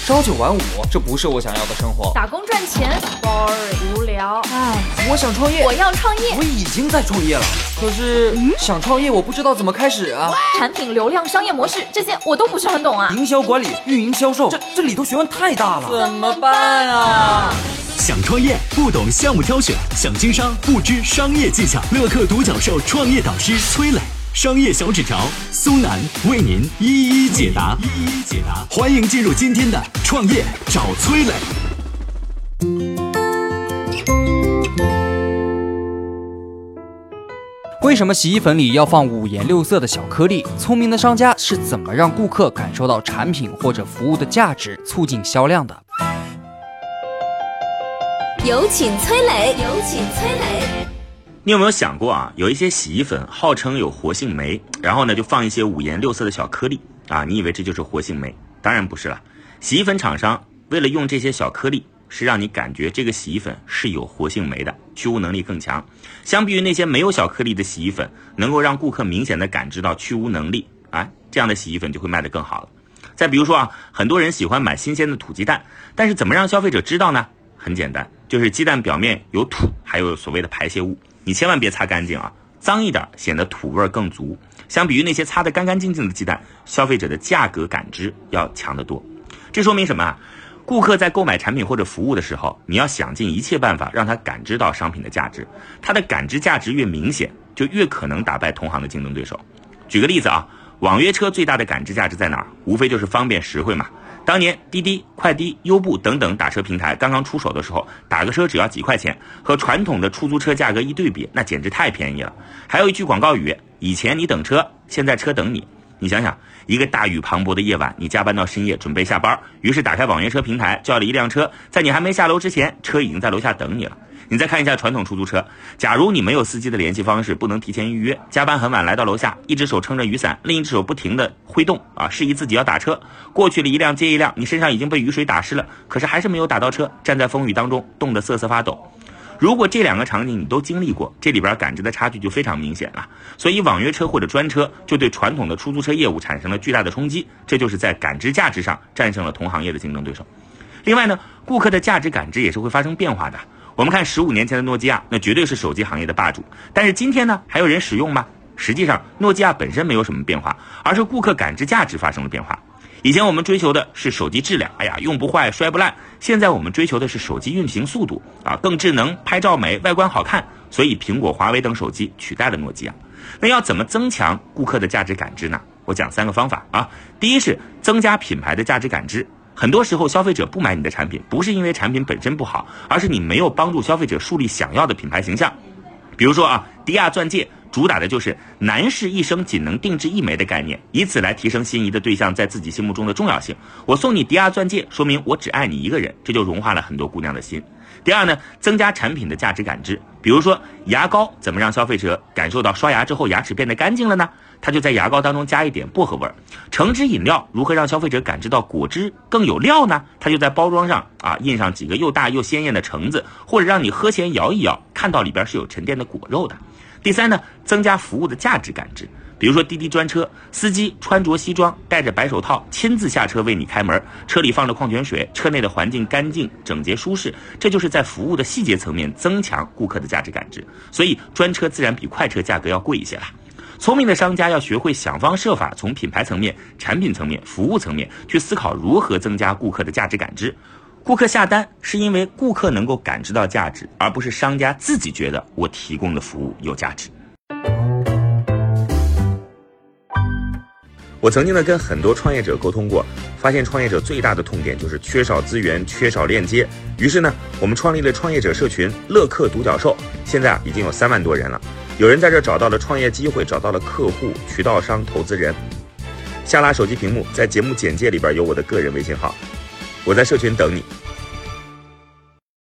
朝九晚五，这不是我想要的生活。 打工赚钱 ，boring 无聊。 我想创业， 我要创业。 我已经在创业了，可是想创业我不知道怎么开始啊。 产品、流量、商业模式这些我都不是很懂啊。 营销管理、运营、销售，这里头学问太大了，怎么办啊？ 想创业不懂项目挑选，想经商不知商业技巧。乐客独角兽创业导师崔磊，商业小纸条苏南为您一一解答。欢迎进入今天的创业找崔磊。 为什么洗衣粉里要放五颜六色的小颗粒？聪明的商家是怎么让顾客感受到产品或者服务的价值，促进销量的？ 有请崔磊。 你有没有想过啊？有一些洗衣粉号称有活性酶，然后呢就放一些五颜六色的小颗粒啊，你以为这就是活性酶？当然不是了。洗衣粉厂商为了用这些小颗粒，是让你感觉这个洗衣粉是有活性酶的，去污能力更强。相比于那些没有小颗粒的洗衣粉，能够让顾客明显的感知到去污能力啊，这样的洗衣粉就会卖得更好了。再比如说啊，很多人喜欢买新鲜的土鸡蛋，但是怎么让消费者知道呢？很简单，就是鸡蛋表面有土，还有所谓的排泄物，你千万别擦干净啊，脏一点显得土味更足。相比于那些擦得干干净净的鸡蛋，消费者的价格感知要强得多。这说明什么啊？顾客在购买产品或者服务的时候，你要想尽一切办法让他感知到商品的价值，他的感知价值越明显，就越可能打败同行的竞争对手。举个例子啊，网约车最大的感知价值在哪儿？无非就是方便实惠嘛。当年滴滴、快滴、优步等等打车平台刚刚出手的时候，打个车只要几块钱，和传统的出租车价格一对比，那简直太便宜了。还有一句广告语，以前你等车，现在车等你。你想想，一个大雨磅礴的夜晚，你加班到深夜准备下班，于是打开网约车平台叫了一辆车，在你还没下楼之前，车已经在楼下等你了。你再看一下传统出租车，假如你没有司机的联系方式，不能提前预约，加班很晚来到楼下，一只手撑着雨伞，另一只手不停地挥动啊，示意自己要打车。过去了一辆接一辆，你身上已经被雨水打湿了，可是还是没有打到车，站在风雨当中，冻得瑟瑟发抖。如果这两个场景你都经历过，这里边感知的差距就非常明显了。所以网约车或者专车就对传统的出租车业务产生了巨大的冲击，这就是在感知价值上战胜了同行业的竞争对手。另外呢，顾客的价值感知也是会发生变化的。我们看15年前的诺基亚，那绝对是手机行业的霸主，但是今天呢，还有人使用吗？实际上诺基亚本身没有什么变化，而是顾客感知价值发生了变化。以前我们追求的是手机质量，用不坏摔不烂，现在我们追求的是手机运行速度啊，更智能，拍照美，外观好看，所以苹果、华为等手机取代了诺基亚。那要怎么增强顾客的价值感知呢？我讲3个方法啊。第一是增加品牌的价值感知。很多时候消费者不买你的产品，不是因为产品本身不好，而是你没有帮助消费者树立想要的品牌形象。比如说啊，迪亚钻戒主打的就是男士一生仅能定制1枚的概念，以此来提升心仪的对象在自己心目中的重要性。我送你迪亚钻戒，说明我只爱你一个人，这就融化了很多姑娘的心。第二呢，增加产品的价值感知。比如说牙膏，怎么让消费者感受到刷牙之后牙齿变得干净了呢？它就在牙膏当中加一点薄荷味儿。橙汁饮料如何让消费者感知到果汁更有料呢？它就在包装上印上几个又大又鲜艳的橙子，或者让你喝前摇一摇，看到里边是有沉淀的果肉的。第三呢，增加服务的价值感知。比如说滴滴专车，司机穿着西装，戴着白手套，亲自下车为你开门，车里放着矿泉水，车内的环境干净整洁舒适，这就是在服务的细节层面增强顾客的价值感知。所以专车自然比快车价格要贵一些啦。聪明的商家要学会想方设法从品牌层面、产品层面、服务层面去思考如何增加顾客的价值感知。顾客下单是因为顾客能够感知到价值，而不是商家自己觉得我提供的服务有价值。我曾经呢跟很多创业者沟通过，发现创业者最大的痛点就是缺少资源、缺少链接。于是呢，我们创立了创业者社群乐客独角兽，现在已经有3万多人了。有人在这找到了创业机会，找到了客户、渠道商、投资人。下拉手机屏幕，在节目简介里边有我的个人微信号，我在社群等你。